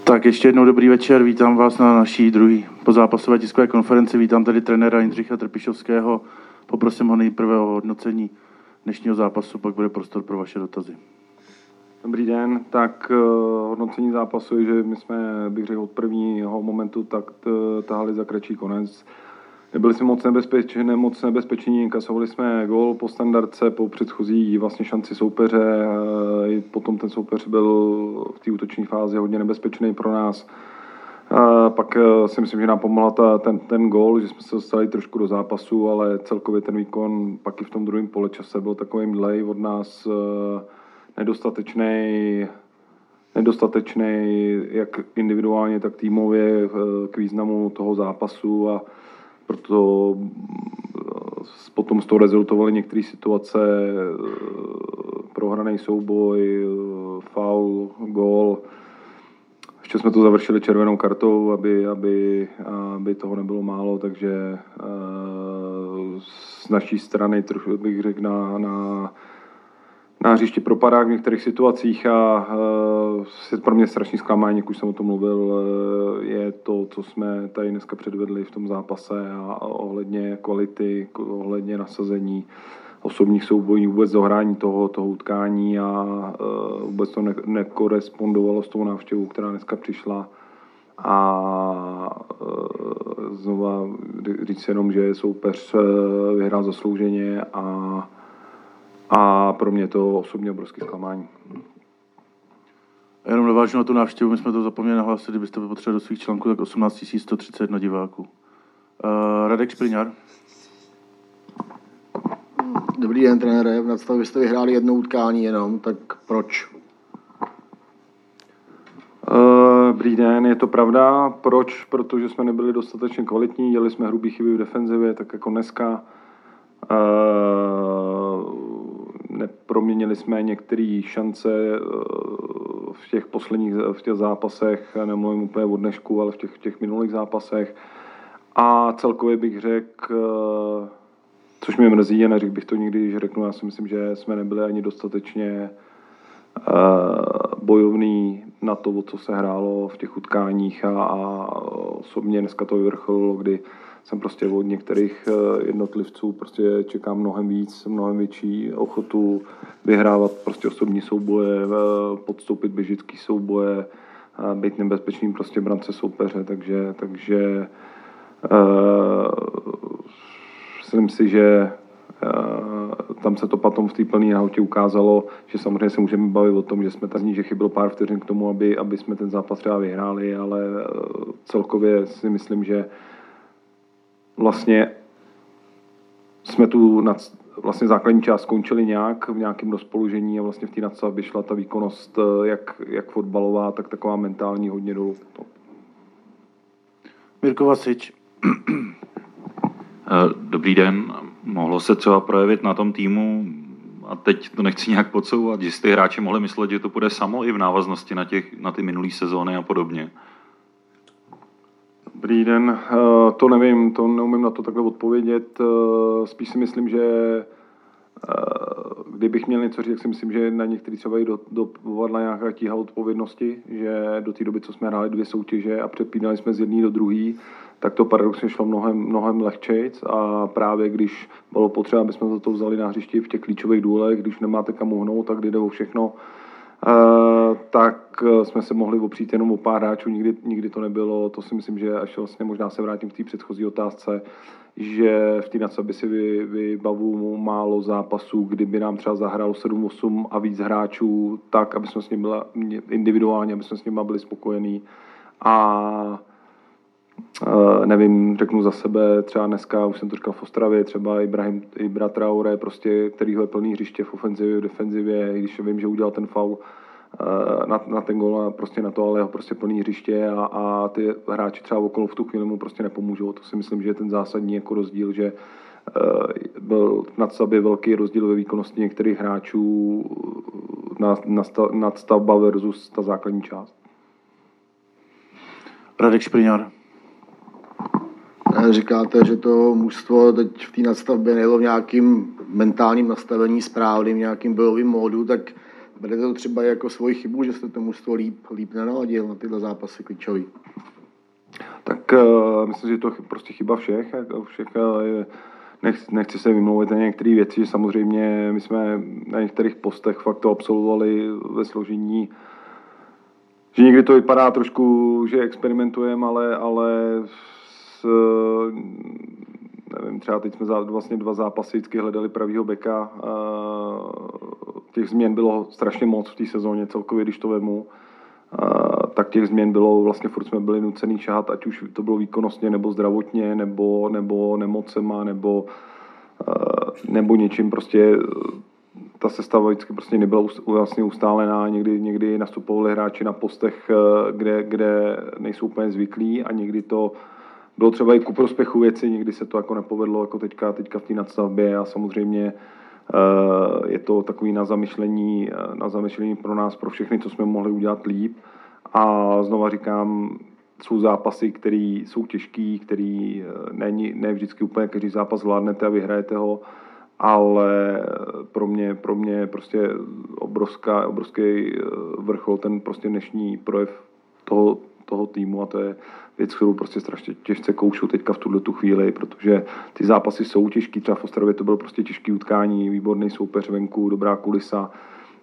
Tak ještě jednou dobrý večer, vítám vás na naší druhé pozápasové tiskové konferenci. Vítám tady trenéra Jindřicha Trpišovského. Poprosím ho nejprve o hodnocení dnešního zápasu, pak bude prostor pro vaše dotazy. Dobrý den, tak hodnocení zápasu je, že my jsme, bych řekl, od prvního momentu tak tahali za kratší konec. Nebyli jsme moc nebezpeční, inkasovali jsme gól po standardce, po předchozí vlastně šanci soupeře. Potom ten soupeř byl v té útoční fázi hodně nebezpečný pro nás. Pak si myslím, že nám pomohla ten gól, že jsme se dostali trošku do zápasu, ale celkově ten výkon pak i v tom druhém poločase byl takový mdlej od nás, nedostatečný jak individuálně, tak týmově k významu toho zápasu a proto potom z toho rezultovaly některé situace, prohraný souboj, faul, gól. Ještě jsme to završili červenou kartou, aby toho nebylo málo, takže z naší strany trochu bych řekl na hřišti propadák v některých situacích a je pro mě strašný zklamání, jak už jsem o tom mluvil, je to, co jsme tady dneska předvedli v tom zápase a ohledně kvality, ohledně nasazení osobních soubojů, vůbec dohrání toho utkání a vůbec to nekorespondovalo s tou návštěvou, která dneska přišla. A znova říct jenom, že soupeř vyhrál zaslouženě a pro mě to osobně obrovské zklamání. Jenom navážu na tu návštěvu, my jsme to zapomněli nahlásit, kdybyste potřebovali do svých článků, tak 18 131 diváků. Radek Špriňar. Dobrý den, trenére. V nadstavbě jste vyhráli jedno utkání jenom, tak proč? Dobrý den, je to pravda. Proč? Protože jsme nebyli dostatečně kvalitní, dělali jsme hrubý chyby v defenzivě, tak jako dneska. Neproměnili jsme některé šance v těch zápasech, nemluvím úplně o dnešku, ale v těch minulých zápasech. A celkově bych řekl, což mě mrzí a neřekl bych to nikdy, když řeknu, já si myslím, že jsme nebyli ani dostatečně bojovní na to, o co se hrálo v těch utkáních a osobně dneska to vyvrcholilo, kdy jsem prostě od některých jednotlivců prostě čekám mnohem víc, mnohem větší ochotu vyhrávat prostě osobní souboje, podstoupit běžický souboje, být nebezpečným prostě brance soupeře, takže myslím si, že tam se to potom v té plné nahotě ukázalo, že samozřejmě se můžeme bavit o tom, že jsme tam, že chybělo pár vteřin k tomu, aby jsme ten zápas třeba vyhráli, ale celkově si myslím, že vlastně jsme tu vlastně základní část skončili nějak v nějakém rozpoložení a vlastně v té nadstavbě šla ta výkonnost jak fotbalová, tak taková mentální hodně dolů. Mirko Vasič. Dobrý den. Mohlo se třeba projevit na tom týmu, a teď to nechci nějak podsouvat, že ty hráči mohli myslet, že to půjde samo i v návaznosti na ty minulý sezóny a podobně? Dobrý den, to nevím, to neumím na to takhle odpovědět. Spíš si myslím, že kdybych měl něco říct, tak si myslím, že na některý třeba i dopadla nějaká tíha odpovědnosti, že do té doby, co jsme hráli 2 soutěže a přepínali jsme z jedné do druhé, tak to paradoxně šlo mnohem lehčejc a právě když bylo potřeba, aby jsme za to vzali na hřišti v těch klíčových důlech, když nemáte kam uhnout, tak jde o všechno, tak jsme se mohli opřít jenom o pár hráčů, nikdy to nebylo. To si myslím, že až vlastně možná se vrátím k té předchozí otázce, že v té nadstavbě si vybavu málo zápasů, kdyby nám třeba zahrálo 7-8 a víc hráčů, tak, aby jsme s nimi byli individuálně, aby jsme s nimi byli spokojení. A nevím, řeknu za sebe, třeba dneska, už jsem to říkal v Ostravě, třeba Ibra Traoré, prostě, kterýho je plný hřiště v ofenzivě, v defenzivě, když vím, že udělal ten faul na ten gól a prostě na to, ale jeho prostě plný hřiště a ty hráči třeba okolo v tu chvíli mu prostě nepomůžou. To si myslím, že je ten zásadní jako rozdíl, že byl v nadstavbě velký rozdíl ve výkonnosti některých hráčů nadstavba versus ta základní část. Radek Špriňar. Říkáte, že to mužstvo teď v té nadstavbě nejelo v nějakým mentálním nastavení správným, nějakým bojovým módu, tak Berete to třeba jako svoji chybu, že jste to mužstvo líp nenaladil na tyhle zápasy klíčový? Tak myslím, že je to prostě chyba všech. Nechci se vymlouvat na některé věci, že samozřejmě my jsme na některých postech fakt to absolvovali ve složení, že někdy to vypadá trošku, že experimentujeme, ale nevím, třeba teď jsme vlastně 2 zápasy vždycky hledali pravýho beka. Těch změn bylo strašně moc v té sezóně celkově, když to vemu. Tak těch změn bylo, vlastně furt jsme byli nucený šahat, ať už to bylo výkonnostně, nebo zdravotně, nebo nemocema, nebo něčím prostě. Ta sestava vždycky prostě nebyla vlastně ustálená, někdy nastupovali hráči na postech, kde nejsou úplně zvyklí a někdy to bylo třeba i ku prospěchu věci, někdy se to jako nepovedlo, jako teďka v té nadstavbě a samozřejmě je to takový na zamyšlení pro nás, pro všechny, co jsme mohli udělat líp. A znova říkám, jsou zápasy, které jsou těžký, který ne vždycky úplně každý zápas zvládnete a vyhrajete ho, ale pro mě prostě obrovský vrchol ten prostě dnešní projev toho týmu a to je věc, kterou prostě strašně těžce koušu teďka v tu chvíli, protože ty zápasy jsou těžký, třeba v Ostravě to bylo prostě těžký utkání, výborný soupeř venku, dobrá kulisa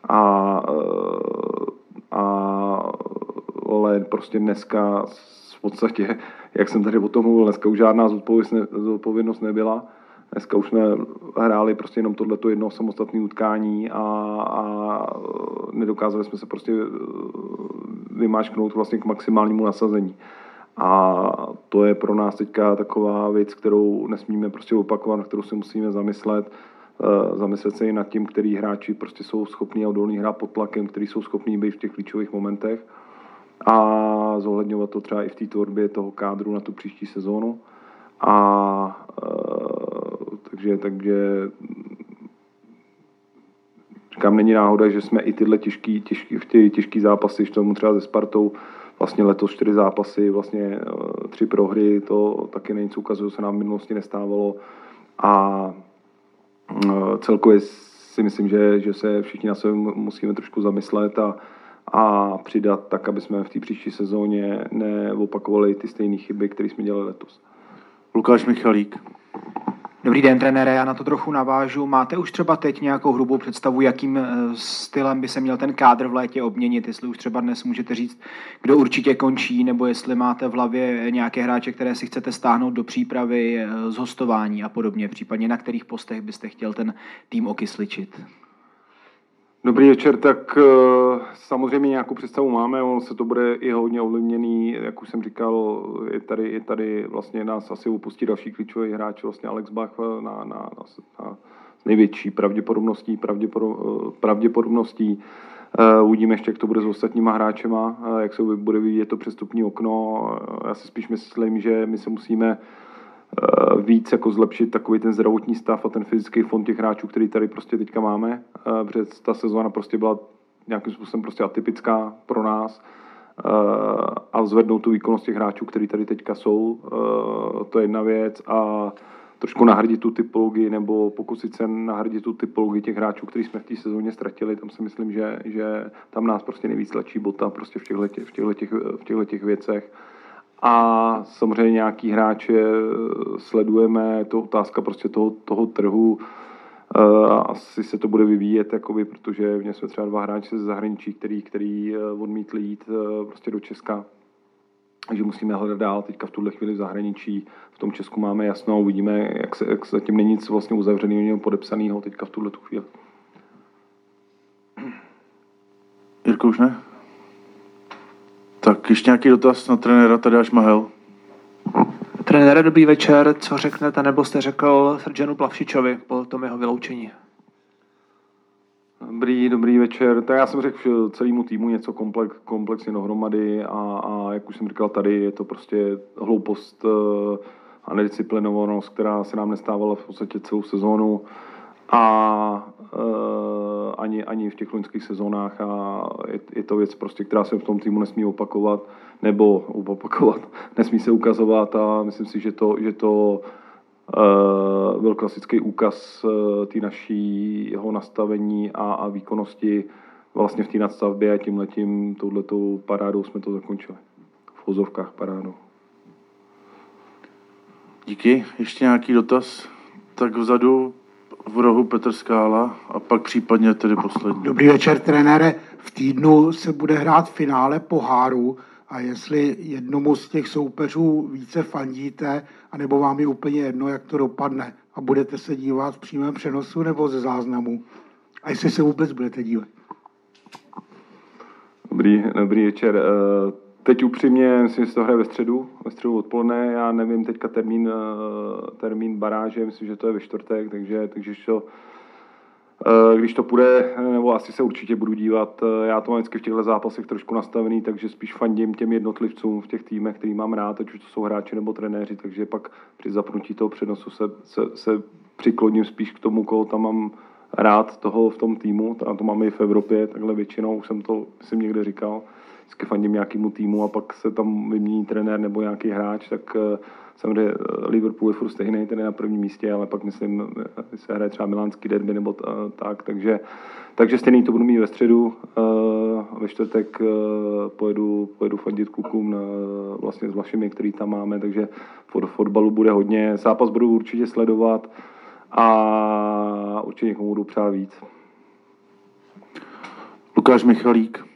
ale prostě dneska v podstatě, jak jsem tady o tom mluvil, dneska už žádná zodpovědnost nebyla. Dneska už jsme hráli prostě jenom tohleto jedno samostatné utkání a nedokázali jsme se prostě vymáčknout vlastně k maximálnímu nasazení. A to je pro nás teďka taková věc, kterou nesmíme prostě opakovat, na kterou se musíme zamyslet se i nad tím, který hráči prostě jsou schopní a odolní hrát pod tlakem, který jsou schopní být v těch klíčových momentech a zohledňovat to třeba i v té tvorbě toho kádru na tu příští sezónu. Takže říkám, není náhoda, že jsme i tyhle těžký zápasy, že tomu třeba se Spartou, vlastně letos 4 zápasy, vlastně 3 prohry, to taky není, co ukazuje, se nám v minulosti nestávalo a celkově si myslím, že se všichni na sebe musíme trošku zamyslet a přidat tak, aby jsme v té příští sezóně neopakovali ty stejné chyby, které jsme dělali letos. Lukáš Michalík. Dobrý den, trenére, já na to trochu navážu. Máte už třeba teď nějakou hrubou představu, jakým stylem by se měl ten kádr v létě obměnit? Jestli už třeba dnes můžete říct, kdo určitě končí, nebo jestli máte v hlavě nějaké hráče, které si chcete stáhnout do přípravy, z hostování a podobně, případně na kterých postech byste chtěl ten tým okysličit? Dobrý večer, tak samozřejmě nějakou představu máme, ono se to bude i hodně ovlivněný, jak už jsem říkal, je tady vlastně nás asi opustí další klíčový hráč, vlastně Alex Bach na největší pravděpodobností. Uvidíme ještě, jak to bude s ostatníma hráčema, jak se bude vyvíjet to přestupní okno. Já si spíš myslím, že my se musíme víc jako zlepšit takový ten zdravotní stav a ten fyzický fond těch hráčů, který tady prostě teďka máme, protože ta sezóna prostě byla nějakým způsobem prostě atypická pro nás a zvednout tu výkonnost těch hráčů, který tady teďka jsou, to je jedna věc a trošku nahradit tu typologii nebo pokusit se nahradit tu typologii těch hráčů, který jsme v té sezóně ztratili, tam si myslím, že tam nás prostě nejvíc tlačí bota prostě v těchto věcech. A samozřejmě nějaký hráče sledujeme, to otázka prostě toho trhu, asi se to bude vyvíjet, jakoby, protože v něm jsme třeba 2 hráči ze zahraničí, který odmítli jít prostě do Česka. Takže musíme hledat dál teďka v tuhle chvíli v zahraničí. V tom Česku máme jasno, uvidíme, jak zatím není nic vlastně uzavřeného, podepsaného teďka v tuhle chvíli. Jirko, už ne? Tak ještě nějaký dotaz na trenéra Tadeáš Mahel. Trenére, dobrý večer. Co řeknete, nebo jste řekl Srdžanu Plavšičovi po tom jeho vyloučení? Dobrý večer. Tak já jsem řekl celému týmu něco komplexně dohromady a jak už jsem říkal tady, je to prostě hloupost a nedisciplinovanost, která se nám nestávala v podstatě celou sezónu a ani v těch loňských sezónách a je to věc prostě, která se v tom týmu nesmí opakovat, nesmí se ukazovat a myslím si, že to byl klasický úkaz té našího nastavení a výkonnosti vlastně v té nadstavbě a touhletou parádou jsme to zakončili. V ozovkách parádou. Díky. Ještě nějaký dotaz? Tak vzadu v rohu Petr Skála a pak případně tedy poslední. Dobrý večer, trenére. V týdnu se bude hrát finále poháru a jestli jednomu z těch soupeřů více fandíte, anebo vám je úplně jedno, jak to dopadne a budete se dívat v přímém přenosu nebo ze záznamu. A jestli se vůbec budete dívat. Dobrý večer. Teď upřímně, myslím, že se to hraje ve středu odpoledne. Já nevím teďka termín baráže, myslím, že to je ve čtvrtek, takže když to půjde, nebo asi se určitě budu dívat. Já to mám vždycky v těchto zápasech trošku nastavený, takže spíš fandím těm jednotlivcům v těch týmech, který mám rád, ať už to jsou hráči nebo trenéři, takže pak při zapnutí toho přenosu se přikloním spíš k tomu, koho tam mám rád toho v tom týmu. A to máme i v Evropě, takhle většinou, už jsem někde říkal. Vždycky fandím nějakému týmu a pak se tam vymění trenér nebo nějaký hráč, tak samozřejmě Liverpool je furt stejný, ten je na prvním místě, ale pak myslím, že se hraje třeba milánský derby nebo tak, takže stejný to budu mít ve středu. Ve čtvrtek pojedu fandit klukům vlastně s vašimi, který tam máme, takže fotbalu bude hodně. Zápas budu určitě sledovat a určitě někomu budu přát víc. Lukáš Michalík.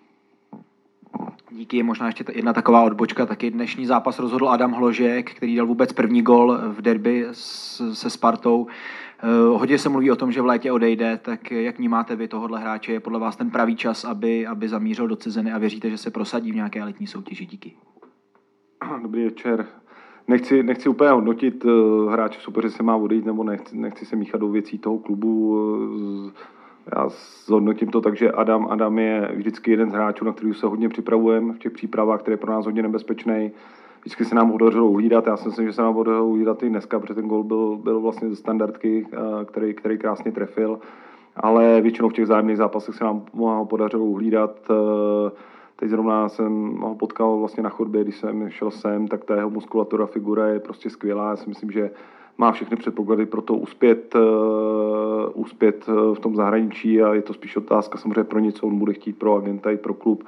Díky, možná ještě jedna taková odbočka, taky dnešní zápas rozhodl Adam Hložek, který dal vůbec první gól v derby se Spartou. Hodně se mluví o tom, že v létě odejde, tak jak vnímáte vy tohohle hráče? Je podle vás ten pravý čas, aby zamířil do ciziny a věříte, že se prosadí v nějaké letní soutěži? Díky. Dobrý večer. Nechci úplně hodnotit hráče soupeře, se má odejít, nebo nechci se míchat do věcí toho klubu. Já zhodnotím to tak, že Adam je vždycky jeden z hráčů, na který se hodně připravujeme v těch přípravách, který je pro nás hodně nebezpečný. Vždycky se nám podařilo uhlídat. Já si myslím, že se nám podařilo uhlídat i dneska, protože ten gól byl vlastně ze standardky, který krásně trefil. Ale většinou v těch vzájemných zápasech se nám podařilo uhlídat. Teď zrovna jsem ho potkal vlastně na chodbě, když jsem šel sem, tak ta jeho muskulatura, figura je prostě skvělá. Já si myslím, že má všechny předpoklady pro to uspět v tom zahraničí a je to spíš otázka samozřejmě pro něco, on bude chtít pro agenta i pro klub.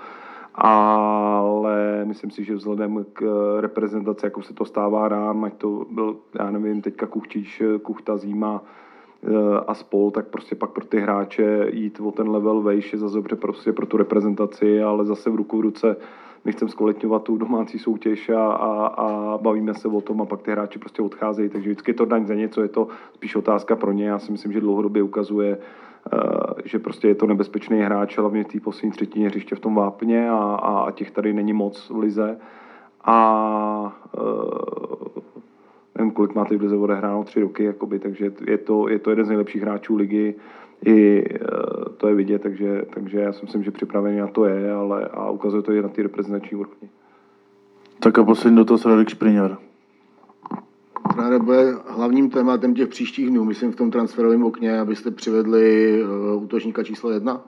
Ale myslím si, že vzhledem k reprezentaci, jako se to stává nám, ať to byl, já nevím, teďka Kuchtič, Kuchta, Zima a spol, tak prostě pak pro ty hráče jít o ten level vejš je zase dobře prostě pro tu reprezentaci, ale zase v ruku v ruce my chceme zkvalitňovat tu domácí soutěž a bavíme se o tom a pak ty hráči prostě odcházejí, takže vždycky je to daň za něco, je to spíš otázka pro ně. Já si myslím, že dlouhodobě ukazuje, že prostě je to nebezpečný hráč, hlavně v té poslední třetině hřiště v tom Vápně a těch tady není moc v lize. A nevím, kolik má teď v lize odehráno, 3 roky, jakoby, takže je to jeden z nejlepších hráčů ligy. I to je vidět, takže já si myslím, že připravený na to je, a ukazuje to i na té reprezentační úrovni. Tak a poslední dotaz Radek Špriňar. Trenére, bude hlavním tématem těch příštích dnů, myslím v tom transferovém okně, abyste přivedli útočníka číslo 1?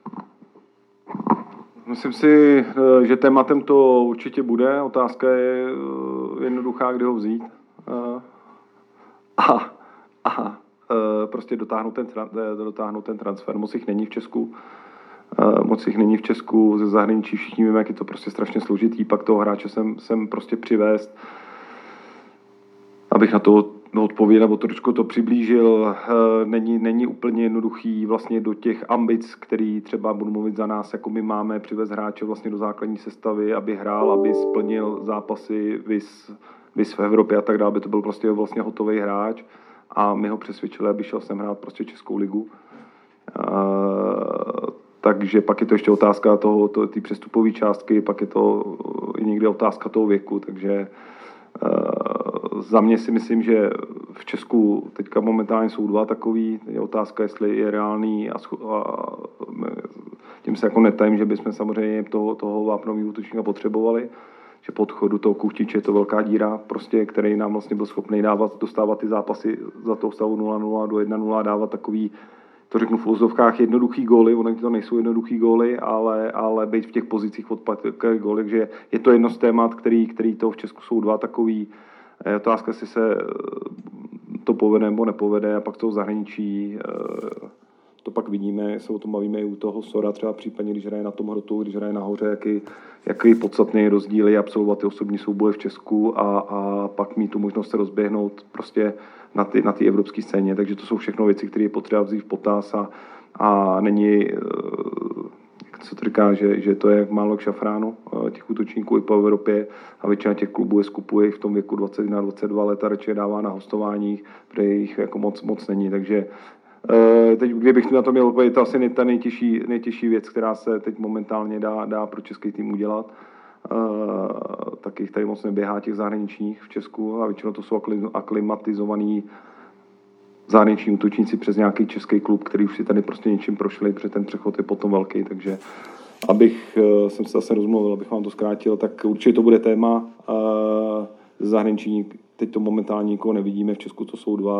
Myslím si, že tématem to určitě bude. Otázka je jednoduchá, kde ho vzít. Prostě dotáhnout ten transfer. Moc jich není v Česku. Ze zahraničí všichni víme, jak je to prostě strašně složitý. Pak toho hráče sem prostě přivést, abych na to odpověděl, nebo trošku to přiblížil. Není úplně jednoduchý vlastně do těch ambic, který třeba budu mluvit za nás, jako my máme, přivést hráče vlastně do základní sestavy, aby hrál, aby splnil zápasy vys v Evropě a tak dále, aby to byl prostě vlastně hotový hráč. A my ho přesvědčili, aby šel sem hrát prostě Českou ligu. Takže pak je to ještě otázka té přestupové částky, pak je to i někdy otázka toho věku, takže za mě si myslím, že v Česku teďka momentálně jsou 2 takový. Je otázka, jestli je reálný a tím se jako netajím, že bychom samozřejmě toho vápnového útočníka potřebovali. Že po odchodu toho Kuchtiče je to velká díra, prostě, který nám vlastně byl schopný dostávat ty zápasy za tou stavu 0-0 do 1-0 a dávat takový, to řeknu v úzovkách, jednoduchý góly. Ono to nejsou jednoduchý góly, ale být v těch pozicích odpadkých góly, takže je to jedno z témat, který to v Česku jsou 2 takový. Otázka, jestli se to povede nebo nepovede, a pak z toho zahraničí to pak vidíme, se o tom bavíme i u toho Sora, třeba případně, když hraje na tom hrotu, když hraje nahoře, jaký podstatný rozdíl je absolvovat ty osobní souboje v Česku a pak mít tu možnost se rozběhnout prostě na ty evropské scéně. Takže to jsou všechno věci, které je potřeba vzít v potaz a není, jak se to říká, že to je málo k šafránu těch útočníků i po Evropě a většina těch klubů je skupuje v tom věku 21-22 let a radši je dává na hostování, protože jich jako moc není. Takže teď, kdybych na to měl odpovědět, to asi ta nejtěžší věc, která se teď momentálně dá pro český tým udělat. Tak jich tady moc neběhá těch zahraničních v Česku a většinou to jsou aklimatizovaný zahraniční útočníci přes nějaký český klub, který už si tady prostě něčím prošli, protože ten přechod je potom velký, takže jsem se zase rozmluvil, abych vám to zkrátil, tak určitě to bude téma zahraniční, teď to momentálně nikoho nevidíme, v Česku to jsou dva